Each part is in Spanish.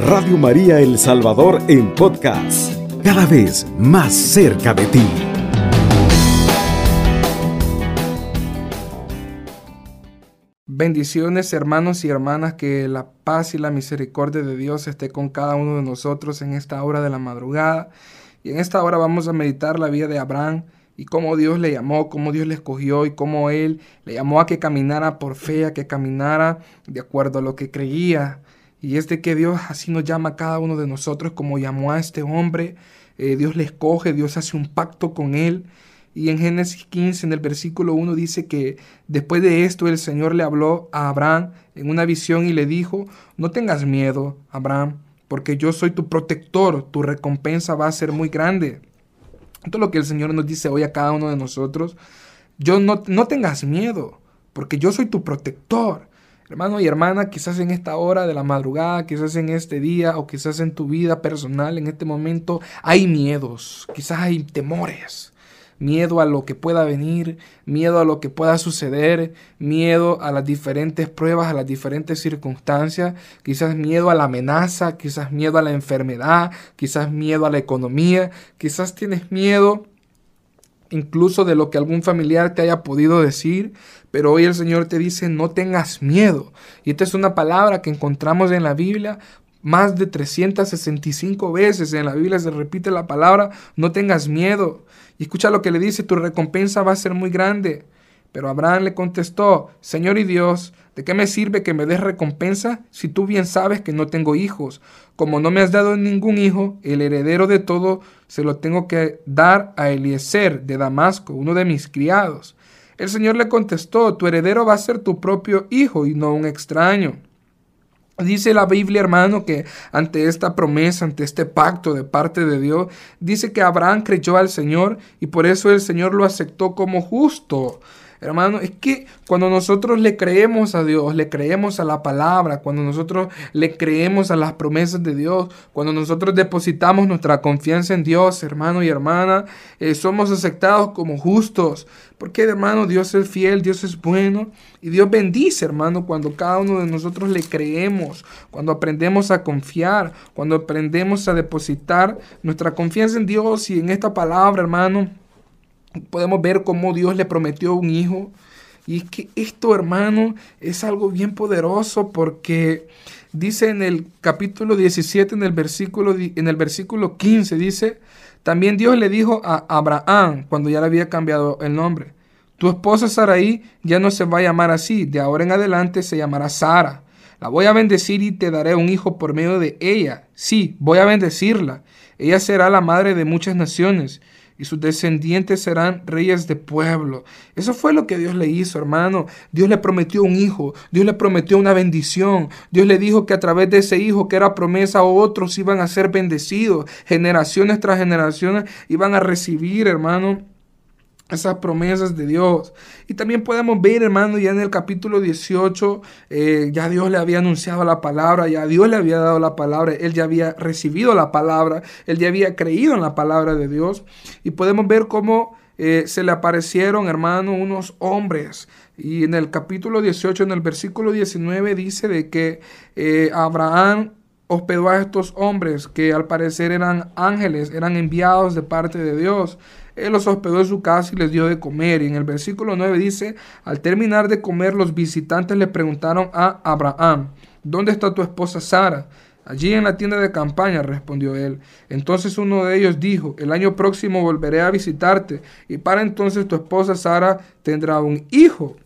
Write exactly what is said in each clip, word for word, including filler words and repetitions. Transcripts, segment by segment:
Radio María El Salvador en podcast, cada vez más cerca de ti. Bendiciones, hermanos y hermanas, que la paz y la misericordia de Dios esté con cada uno de nosotros en esta hora de la madrugada. Y en esta hora vamos a meditar la vida de Abraham y cómo Dios le llamó, cómo Dios le escogió y cómo Él le llamó a que caminara por fe, a que caminara de acuerdo a lo que creía. Y es de que Dios así nos llama a cada uno de nosotros, como llamó a este hombre. Eh, Dios le escoge, Dios hace un pacto con Él. Y en Génesis quince, en el versículo uno, dice que después de esto el Señor le habló a Abraham en una visión y le dijo: no tengas miedo, Abraham, porque yo soy tu protector, tu recompensa va a ser muy grande. Esto es lo que el Señor nos dice hoy a cada uno de nosotros. Yo no, no tengas miedo, porque yo soy tu protector. Hermano y hermana, quizás en esta hora de la madrugada, quizás en este día o quizás en tu vida personal, en este momento, hay miedos, quizás hay temores. Miedo a lo que pueda venir, miedo a lo que pueda suceder, miedo a las diferentes pruebas, a las diferentes circunstancias, quizás miedo a la amenaza, quizás miedo a la enfermedad, quizás miedo a la economía, quizás tienes miedo incluso de lo que algún familiar te haya podido decir, pero hoy el Señor te dice: no tengas miedo. Y esta es una palabra que encontramos en la Biblia. Más de trescientas sesenta y cinco veces en la Biblia se repite la palabra: no tengas miedo. Y escucha lo que le dice: tu recompensa va a ser muy grande. Pero Abraham le contestó: Señor y Dios, ¿de qué me sirve que me des recompensa si tú bien sabes que no tengo hijos? Como no me has dado ningún hijo, el heredero de todo se lo tengo que dar a Eliezer de Damasco, uno de mis criados. El Señor le contestó: tu heredero va a ser tu propio hijo y no un extraño. Dice la Biblia, hermano, que ante esta promesa, ante este pacto de parte de Dios, dice que Abraham creyó al Señor y por eso el Señor lo aceptó como justo. Hermano, es que cuando nosotros le creemos a Dios, le creemos a la palabra, cuando nosotros le creemos a las promesas de Dios, cuando nosotros depositamos nuestra confianza en Dios, hermano y hermana, eh, somos aceptados como justos. Porque, hermano, Dios es fiel, Dios es bueno y Dios bendice, hermano, cuando cada uno de nosotros le creemos, cuando aprendemos a confiar, cuando aprendemos a depositar nuestra confianza en Dios y en esta palabra, hermano. Podemos ver cómo Dios le prometió un hijo. Y es que esto, hermano, es algo bien poderoso, porque dice en el capítulo diecisiete, en el versículo, en el versículo quince, dice: también Dios le dijo a Abraham, cuando ya le había cambiado el nombre: tu esposa Sarai ya no se va a llamar así, de ahora en adelante se llamará Sara. La voy a bendecir y te daré un hijo por medio de ella. Sí, voy a bendecirla. Ella será la madre de muchas naciones y sus descendientes serán reyes de pueblo. Eso fue lo que Dios le hizo, hermano. Dios le prometió un hijo, Dios le prometió una bendición. Dios le dijo que a través de ese hijo, que era promesa, otros iban a ser bendecidos. Generaciones tras generaciones iban a recibir, hermano, esas promesas de Dios. Y también podemos ver, hermano, ya en el capítulo dieciocho, eh, ya Dios le había anunciado la palabra, ya Dios le había dado la palabra, él ya había recibido la palabra, él ya había creído en la palabra de Dios. Y podemos ver cómo eh, se le aparecieron, hermano, unos hombres. Y en el capítulo dieciocho, en el versículo diecinueve, dice de que eh, Abraham hospedó a estos hombres que al parecer eran ángeles, eran enviados de parte de Dios. Él los hospedó en su casa y les dio de comer. Y en el versículo nueve dice: al terminar de comer, los visitantes le preguntaron a Abraham: ¿dónde está tu esposa Sara? Allí en la tienda de campaña, respondió él. Entonces uno de ellos dijo: el año próximo volveré a visitarte y para entonces tu esposa Sara tendrá un hijo.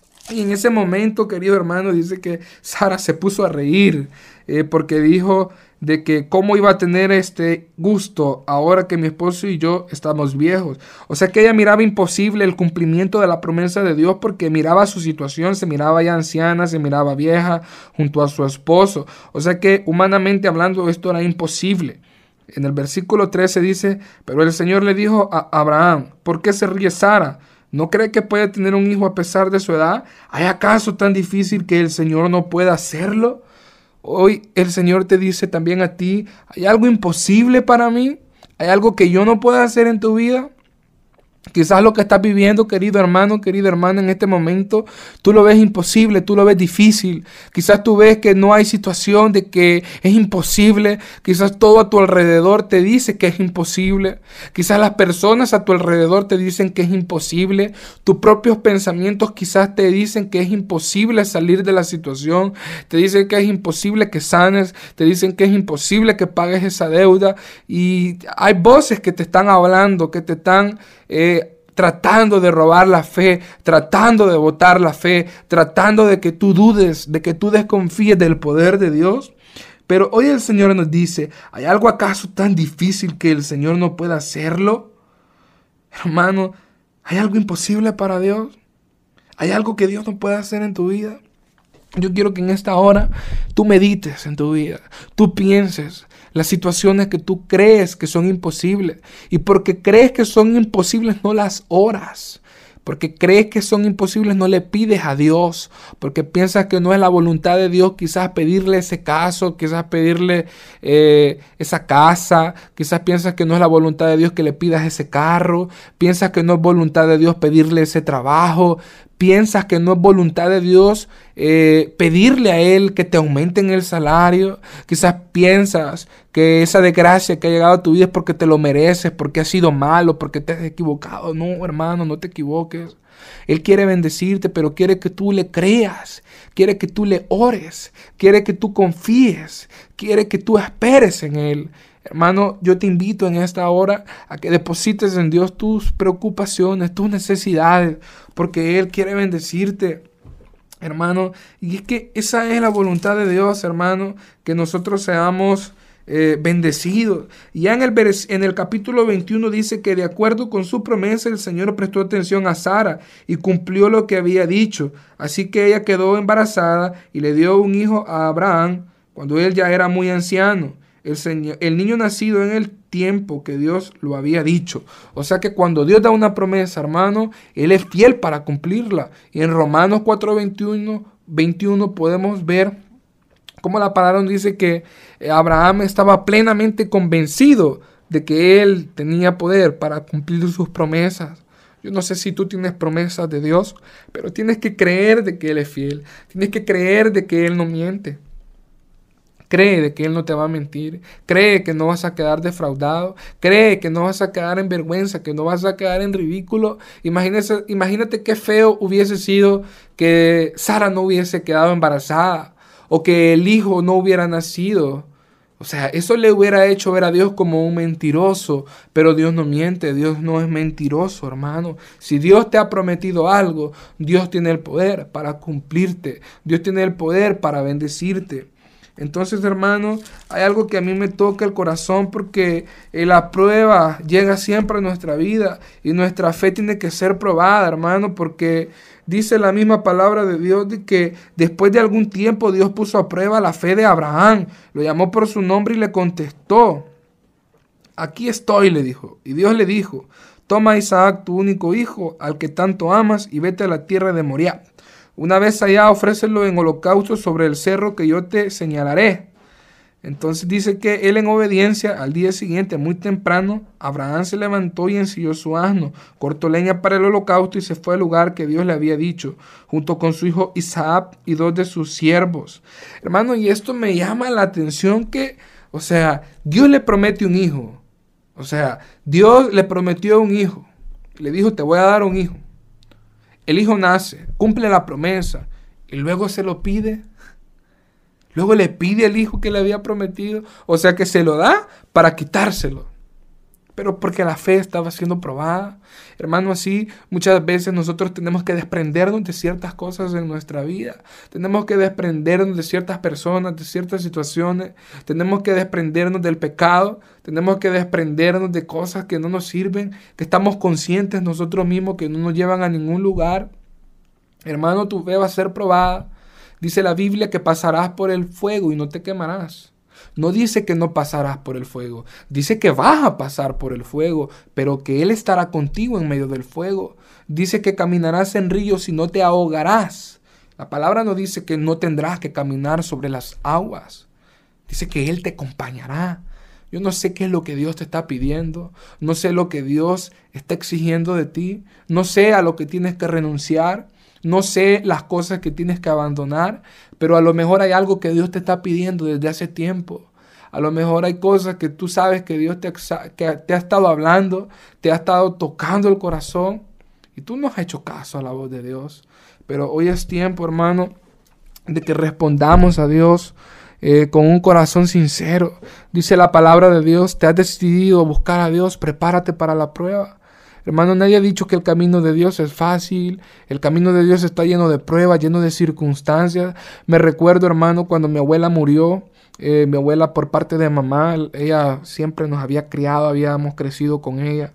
Y en ese momento, querido hermano, dice que Sara se puso a reír eh, porque dijo de que cómo iba a tener este gusto ahora que mi esposo y yo estamos viejos. O sea que ella miraba imposible el cumplimiento de la promesa de Dios, porque miraba su situación, se miraba ya anciana, se miraba vieja junto a su esposo. O sea que humanamente hablando esto era imposible. En el versículo trece dice: pero el Señor le dijo a Abraham: ¿por qué se ríe Sara? ¿No cree que puede tener un hijo a pesar de su edad? ¿Hay acaso tan difícil que el Señor no pueda hacerlo? Hoy el Señor te dice también a ti: ¿hay algo imposible para mí? ¿Hay algo que yo no pueda hacer en tu vida? Quizás lo que estás viviendo, querido hermano, querida hermana, en este momento, tú lo ves imposible, tú lo ves difícil. Quizás tú ves que no hay situación, de que es imposible. Quizás todo a tu alrededor te dice que es imposible. Quizás las personas a tu alrededor te dicen que es imposible. Tus propios pensamientos quizás te dicen que es imposible salir de la situación. Te dicen que es imposible que sanes. Te dicen que es imposible que pagues esa deuda. Y hay voces que te están hablando, que te están Eh, tratando de robar la fe, tratando de botar la fe, tratando de que tú dudes, de que tú desconfíes del poder de Dios. Pero hoy el Señor nos dice, ¿hay algo acaso tan difícil que el Señor no pueda hacerlo? Hermano, ¿hay algo imposible para Dios? ¿Hay algo que Dios no pueda hacer en tu vida? Yo quiero que en esta hora tú medites en tu vida, tú pienses las situaciones que tú crees que son imposibles. Y porque crees que son imposibles no las oras. Porque crees que son imposibles no le pides a Dios. Porque piensas que no es la voluntad de Dios quizás pedirle ese caso, quizás pedirle eh, esa casa. Quizás piensas que no es la voluntad de Dios que le pidas ese carro. Piensas que no es voluntad de Dios pedirle ese trabajo. Piensas que no es voluntad de Dios eh, pedirle a Él que te aumenten el salario. Quizás piensas que esa desgracia que ha llegado a tu vida es porque te lo mereces, porque has sido malo, porque te has equivocado. No, hermano, no te equivoques. Él quiere bendecirte, pero quiere que tú le creas. Quiere que tú le ores. Quiere que tú confíes. Quiere que tú esperes en Él. Hermano, yo te invito en esta hora a que deposites en Dios tus preocupaciones, tus necesidades, porque Él quiere bendecirte, hermano. Y es que esa es la voluntad de Dios, hermano, que nosotros seamos eh, bendecidos. Y ya en el, en el capítulo veintiuno dice que de acuerdo con su promesa, el Señor prestó atención a Sara y cumplió lo que había dicho. Así que ella quedó embarazada y le dio un hijo a Abraham cuando él ya era muy anciano. El, señor, el niño nacido en el tiempo que Dios lo había dicho. O sea que cuando Dios da una promesa, hermano, Él es fiel para cumplirla. Y en Romanos cuatro veintiuno podemos ver cómo la palabra dice que Abraham estaba plenamente convencido de que Él tenía poder para cumplir sus promesas. Yo no sé si tú tienes promesas de Dios, pero tienes que creer de que Él es fiel. Tienes que creer de que Él no miente. Cree de que Él no te va a mentir. Cree que no vas a quedar defraudado. Cree que no vas a quedar en vergüenza, que no vas a quedar en ridículo. Imagínate, imagínate qué feo hubiese sido que Sara no hubiese quedado embarazada o que el hijo no hubiera nacido. O sea, eso le hubiera hecho ver a Dios como un mentiroso, pero Dios no miente, Dios no es mentiroso, hermano. Si Dios te ha prometido algo, Dios tiene el poder para cumplirte. Dios tiene el poder para bendecirte. Entonces, hermano, hay algo que a mí me toca el corazón porque la prueba llega siempre a nuestra vida y nuestra fe tiene que ser probada, hermano, porque dice la misma palabra de Dios de que después de algún tiempo Dios puso a prueba la fe de Abraham, lo llamó por su nombre y le contestó. Aquí estoy, le dijo. Y Dios le dijo, toma a Isaac, tu único hijo, al que tanto amas, y vete a la tierra de Moriah. Una vez allá, ofrécelo en holocausto sobre el cerro que yo te señalaré. Entonces dice que él, en obediencia, al día siguiente, muy temprano, Abraham se levantó y ensilló su asno, cortó leña para el holocausto y se fue al lugar que Dios le había dicho, junto con su hijo Isaac y dos de sus siervos. Hermano, y esto me llama la atención que, o sea, Dios le promete un hijo. O sea, Dios le prometió un hijo. Le dijo, te voy a dar un hijo. El hijo nace, cumple la promesa y luego se lo pide. Luego le pide al hijo que le había prometido. O sea que se lo da para quitárselo. Pero porque la fe estaba siendo probada. Hermano, así muchas veces nosotros tenemos que desprendernos de ciertas cosas en nuestra vida. Tenemos que desprendernos de ciertas personas, de ciertas situaciones. Tenemos que desprendernos del pecado. Tenemos que desprendernos de cosas que no nos sirven, que estamos conscientes nosotros mismos que no nos llevan a ningún lugar. Hermano, tu fe va a ser probada. Dice la Biblia que pasarás por el fuego y no te quemarás. No dice que no pasarás por el fuego, dice que vas a pasar por el fuego, pero que Él estará contigo en medio del fuego. Dice que caminarás en ríos y no te ahogarás. La palabra no dice que no tendrás que caminar sobre las aguas. Dice que Él te acompañará. Yo no sé qué es lo que Dios te está pidiendo. No sé lo que Dios está exigiendo de ti. No sé a lo que tienes que renunciar. No sé las cosas que tienes que abandonar. Pero a lo mejor hay algo que Dios te está pidiendo desde hace tiempo. A lo mejor hay cosas que tú sabes que Dios te, que te ha estado hablando, te ha estado tocando el corazón y tú no has hecho caso a la voz de Dios. Pero hoy es tiempo, hermano, de que respondamos a Dios eh, con un corazón sincero. Dice la palabra de Dios, te has decidido buscar a Dios, prepárate para la prueba. Hermano, nadie ha dicho que el camino de Dios es fácil. El camino de Dios está lleno de pruebas, lleno de circunstancias. Me recuerdo, hermano, cuando mi abuela murió. Eh, mi abuela por parte de mamá, ella siempre nos había criado, habíamos crecido con ella.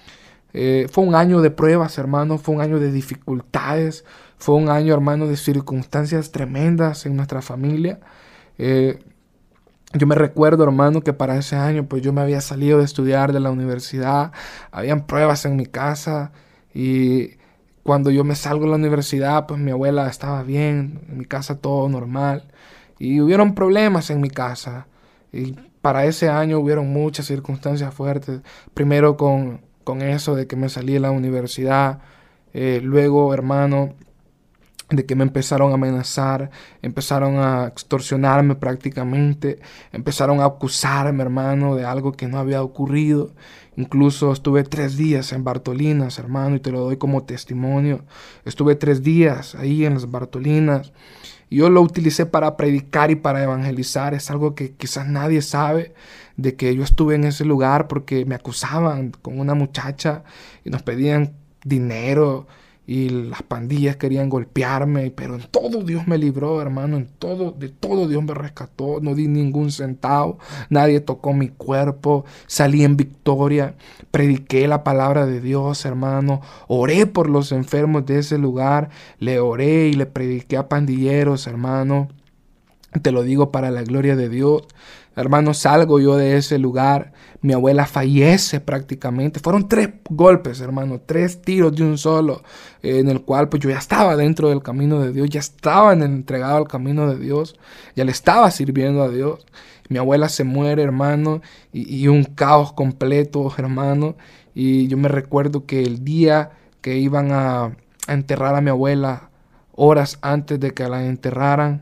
Eh, fue un año de pruebas, hermano, fue un año de dificultades, fue un año, hermano, de circunstancias tremendas en nuestra familia. Eh, yo me recuerdo, hermano, que para ese año pues yo me había salido de estudiar de la universidad, habían pruebas en mi casa y cuando yo me salgo de la universidad pues mi abuela estaba bien, en mi casa todo normal. Y hubieron problemas en mi casa. Y para ese año hubieron muchas circunstancias fuertes. Primero con, con eso de que me salí de la universidad. Eh, luego, hermano, de que me empezaron a amenazar. Empezaron a extorsionarme prácticamente. Empezaron a acusarme, hermano, de algo que no había ocurrido. Incluso estuve tres días en Bartolinas, hermano, y te lo doy como testimonio. Estuve tres días ahí en las Bartolinas. Yo lo utilicé para predicar y para evangelizar. Es algo que quizás nadie sabe, de que yo estuve en ese lugar porque me acusaban con una muchacha y nos pedían dinero y las pandillas querían golpearme, pero en todo Dios me libró, hermano, en todo, de todo Dios me rescató, no di ningún centavo, nadie tocó mi cuerpo, salí en victoria, prediqué la palabra de Dios, hermano, oré por los enfermos de ese lugar, le oré y le prediqué a pandilleros, hermano, te lo digo para la gloria de Dios. Hermano, salgo yo de ese lugar, mi abuela fallece prácticamente. Fueron tres golpes, hermano, tres tiros de un solo, eh, en el cual pues yo ya estaba dentro del camino de Dios, ya estaba en el, entregado al camino de Dios, ya le estaba sirviendo a Dios. Mi abuela se muere, hermano, y, y un caos completo, hermano. Y yo me recuerdo que el día que iban a, a enterrar a mi abuela, horas antes de que la enterraran,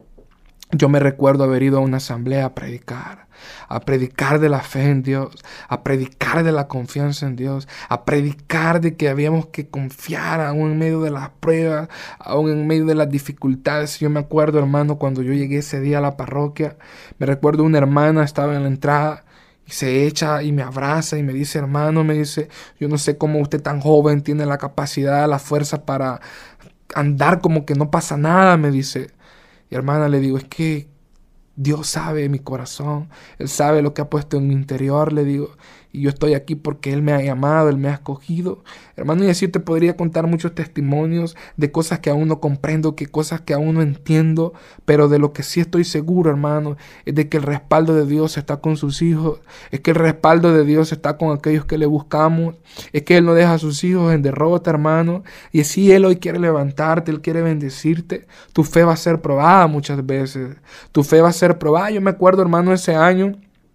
yo me recuerdo haber ido a una asamblea a predicar, a predicar de la fe en Dios, a predicar de la confianza en Dios, a predicar de que habíamos que confiar aún en medio de las pruebas, aún en medio de las dificultades. Yo me acuerdo, hermano, cuando yo llegué ese día a la parroquia, me recuerdo una hermana estaba en la entrada y se echa y me abraza y me dice, hermano, me dice, yo no sé cómo usted tan joven tiene la capacidad, la fuerza para andar como que no pasa nada, me dice. Y hermana, le digo, es que Dios sabe mi corazón, Él sabe lo que ha puesto en mi interior, le digo, y yo estoy aquí porque Él me ha llamado, Él me ha escogido. Hermano, y así te podría contar muchos testimonios de cosas que aún no comprendo, que cosas que aún no entiendo, pero de lo que sí estoy seguro, hermano, es de que el respaldo de Dios está con sus hijos, es que el respaldo de Dios está con aquellos que le buscamos, es que Él no deja a sus hijos en derrota, hermano, y así Él hoy quiere levantarte, Él quiere bendecirte. Tu fe va a ser probada muchas veces, tu fe va a ser probada. Yo me acuerdo, hermano, ese año,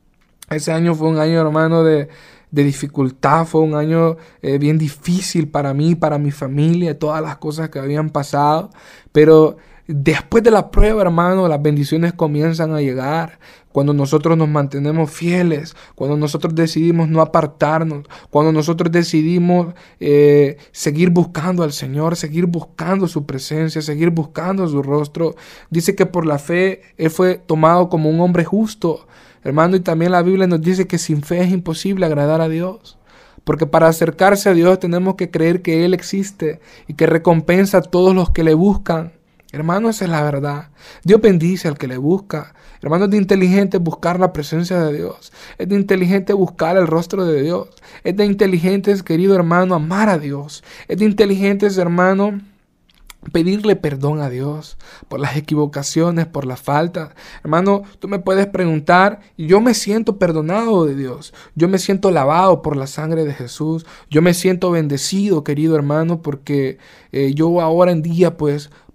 ese año fue un año, hermano, de, de dificultad, fue un año eh, bien difícil para mí, para mi familia, todas las cosas que habían pasado, pero después de la prueba, hermano, las bendiciones comienzan a llegar. Cuando nosotros nos mantenemos fieles, cuando nosotros decidimos no apartarnos, cuando nosotros decidimos eh, seguir buscando al Señor, seguir buscando su presencia, seguir buscando su rostro. Dice que por la fe Él fue tomado como un hombre justo, hermano, y también la Biblia nos dice que sin fe es imposible agradar a Dios. Porque para acercarse a Dios tenemos que creer que Él existe y que recompensa a todos los que le buscan. Hermano, esa es la verdad. Dios bendice al que le busca. Hermano, es de inteligente buscar la presencia de Dios. Es de inteligente buscar el rostro de Dios. Es de inteligentes, querido hermano, amar a Dios. Es de inteligentes, hermano, pedirle perdón a Dios por las equivocaciones, por las faltas. Hermano, tú me puedes preguntar y yo me siento perdonado de Dios. Yo me siento lavado por la sangre de Jesús. Yo me siento bendecido, querido hermano, porque eh, yo ahora en día pues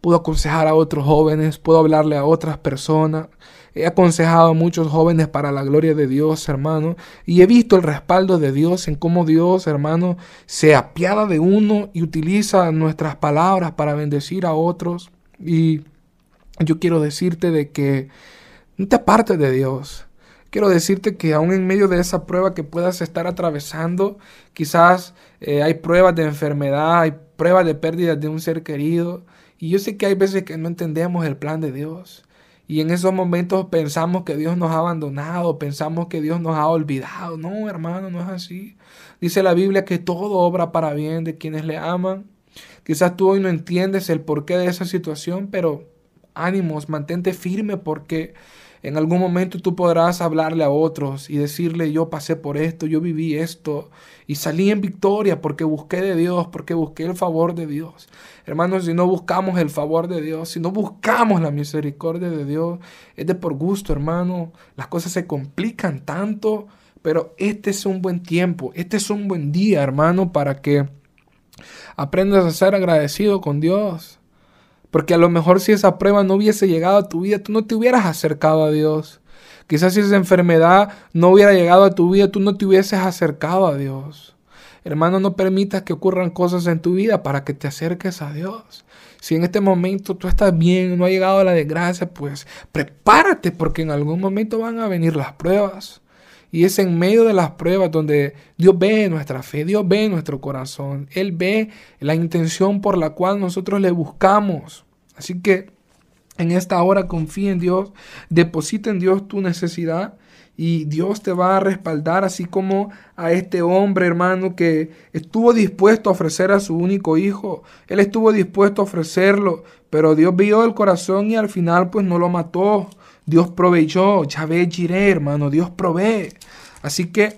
puedo aconsejar a otros jóvenes, puedo hablarle a otras personas. He aconsejado a muchos jóvenes para la gloria de Dios, hermano, y he visto el respaldo de Dios en cómo Dios, hermano, se apiada de uno y utiliza nuestras palabras para bendecir a otros. Y yo quiero decirte de que no te apartes de Dios. Quiero decirte que aún en medio de esa prueba que puedas estar atravesando, quizás eh, hay pruebas de enfermedad, hay pruebas de pérdida de un ser querido. Y yo sé que hay veces que no entendemos el plan de Dios. Y en esos momentos pensamos que Dios nos ha abandonado, pensamos que Dios nos ha olvidado. No, hermano, no es así. Dice la Biblia que todo obra para bien de quienes le aman. Quizás tú hoy no entiendes el porqué de esa situación, pero ánimos, mantente firme porque en algún momento tú podrás hablarle a otros y decirle: yo pasé por esto, yo viví esto y salí en victoria porque busqué de Dios, porque busqué el favor de Dios. Hermanos, si no buscamos el favor de Dios, si no buscamos la misericordia de Dios, es de por gusto, hermano. Las cosas se complican tanto, pero este es un buen tiempo, este es un buen día, hermano, para que aprendas a ser agradecido con Dios. Porque a lo mejor si esa prueba no hubiese llegado a tu vida, tú no te hubieras acercado a Dios. Quizás si esa enfermedad no hubiera llegado a tu vida, tú no te hubieses acercado a Dios. Hermano, no permitas que ocurran cosas en tu vida para que te acerques a Dios. Si en este momento tú estás bien, no ha llegado a la desgracia, pues prepárate porque en algún momento van a venir las pruebas. Y es en medio de las pruebas donde Dios ve nuestra fe, Dios ve nuestro corazón. Él ve la intención por la cual nosotros le buscamos. Así que en esta hora confía en Dios, deposita en Dios tu necesidad y Dios te va a respaldar, así como a este hombre, hermano, que estuvo dispuesto a ofrecer a su único hijo. Él estuvo dispuesto a ofrecerlo, pero Dios vio el corazón y al final pues no lo mató. Dios proveyó, Yahvé Jireh, hermano, Dios provee. Así que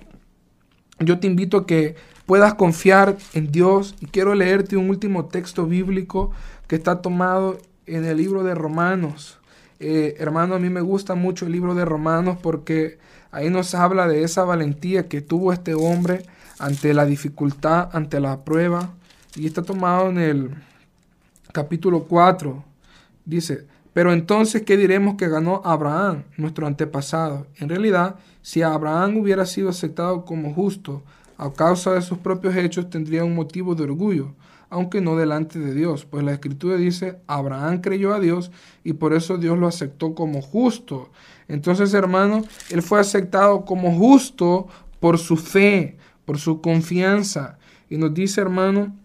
yo te invito a que puedas confiar en Dios. Y quiero leerte un último texto bíblico que está tomado en el libro de Romanos. Eh, hermano, a mí me gusta mucho el libro de Romanos porque ahí nos habla de esa valentía que tuvo este hombre ante la dificultad, ante la prueba. Y está tomado en el capítulo cuatro. Dice: pero entonces, ¿qué diremos que ganó Abraham, nuestro antepasado? En realidad, si Abraham hubiera sido aceptado como justo a causa de sus propios hechos, tendría un motivo de orgullo, aunque no delante de Dios. Pues la Escritura dice: Abraham creyó a Dios y por eso Dios lo aceptó como justo. Entonces, hermano, él fue aceptado como justo por su fe, por su confianza. Y nos dice, hermano,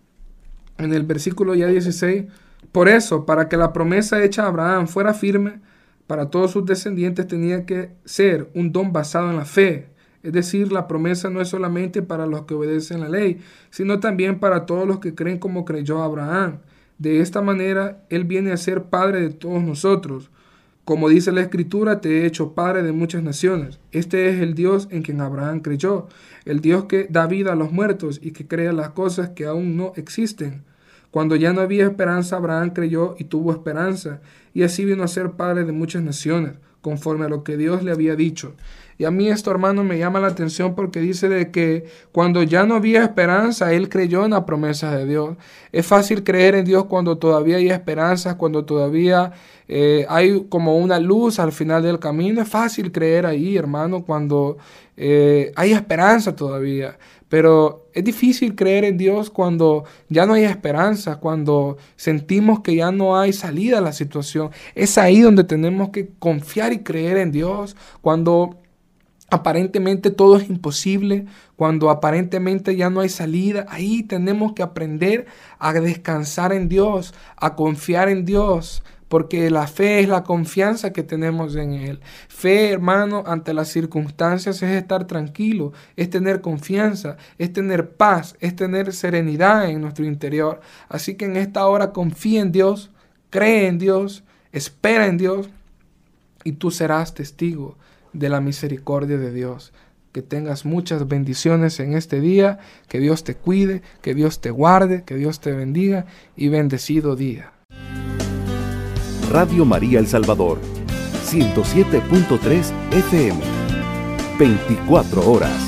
en el versículo ya dieciséis, por eso, para que la promesa hecha a Abraham fuera firme, para todos sus descendientes tenía que ser un don basado en la fe. Es decir, la promesa no es solamente para los que obedecen la ley, sino también para todos los que creen como creyó Abraham. De esta manera, él viene a ser padre de todos nosotros. Como dice la Escritura, te he hecho padre de muchas naciones. Este es el Dios en quien Abraham creyó, el Dios que da vida a los muertos y que crea las cosas que aún no existen. Cuando ya no había esperanza, Abraham creyó y tuvo esperanza, y así vino a ser padre de muchas naciones, conforme a lo que Dios le había dicho. Y a mí esto, hermano, me llama la atención porque dice de que cuando ya no había esperanza, él creyó en la promesa de Dios. Es fácil creer en Dios cuando todavía hay esperanza, cuando todavía eh, hay como una luz al final del camino. Es fácil creer ahí, hermano, cuando eh, hay esperanza todavía. Pero es difícil creer en Dios cuando ya no hay esperanza, cuando sentimos que ya no hay salida a la situación. Es ahí donde tenemos que confiar y creer en Dios, cuando aparentemente todo es imposible, cuando aparentemente ya no hay salida. Ahí tenemos que aprender a descansar en Dios, a confiar en Dios, porque la fe es la confianza que tenemos en Él. Fe, hermano, ante las circunstancias es estar tranquilo, es tener confianza, es tener paz, es tener serenidad en nuestro interior. Así que en esta hora confía en Dios, cree en Dios, espera en Dios y tú serás testigo de la misericordia de Dios. Que tengas muchas bendiciones en este día, que Dios te cuide, que Dios te guarde, que Dios te bendiga y bendecido día. Radio María El Salvador, ciento siete punto tres F M, veinticuatro horas.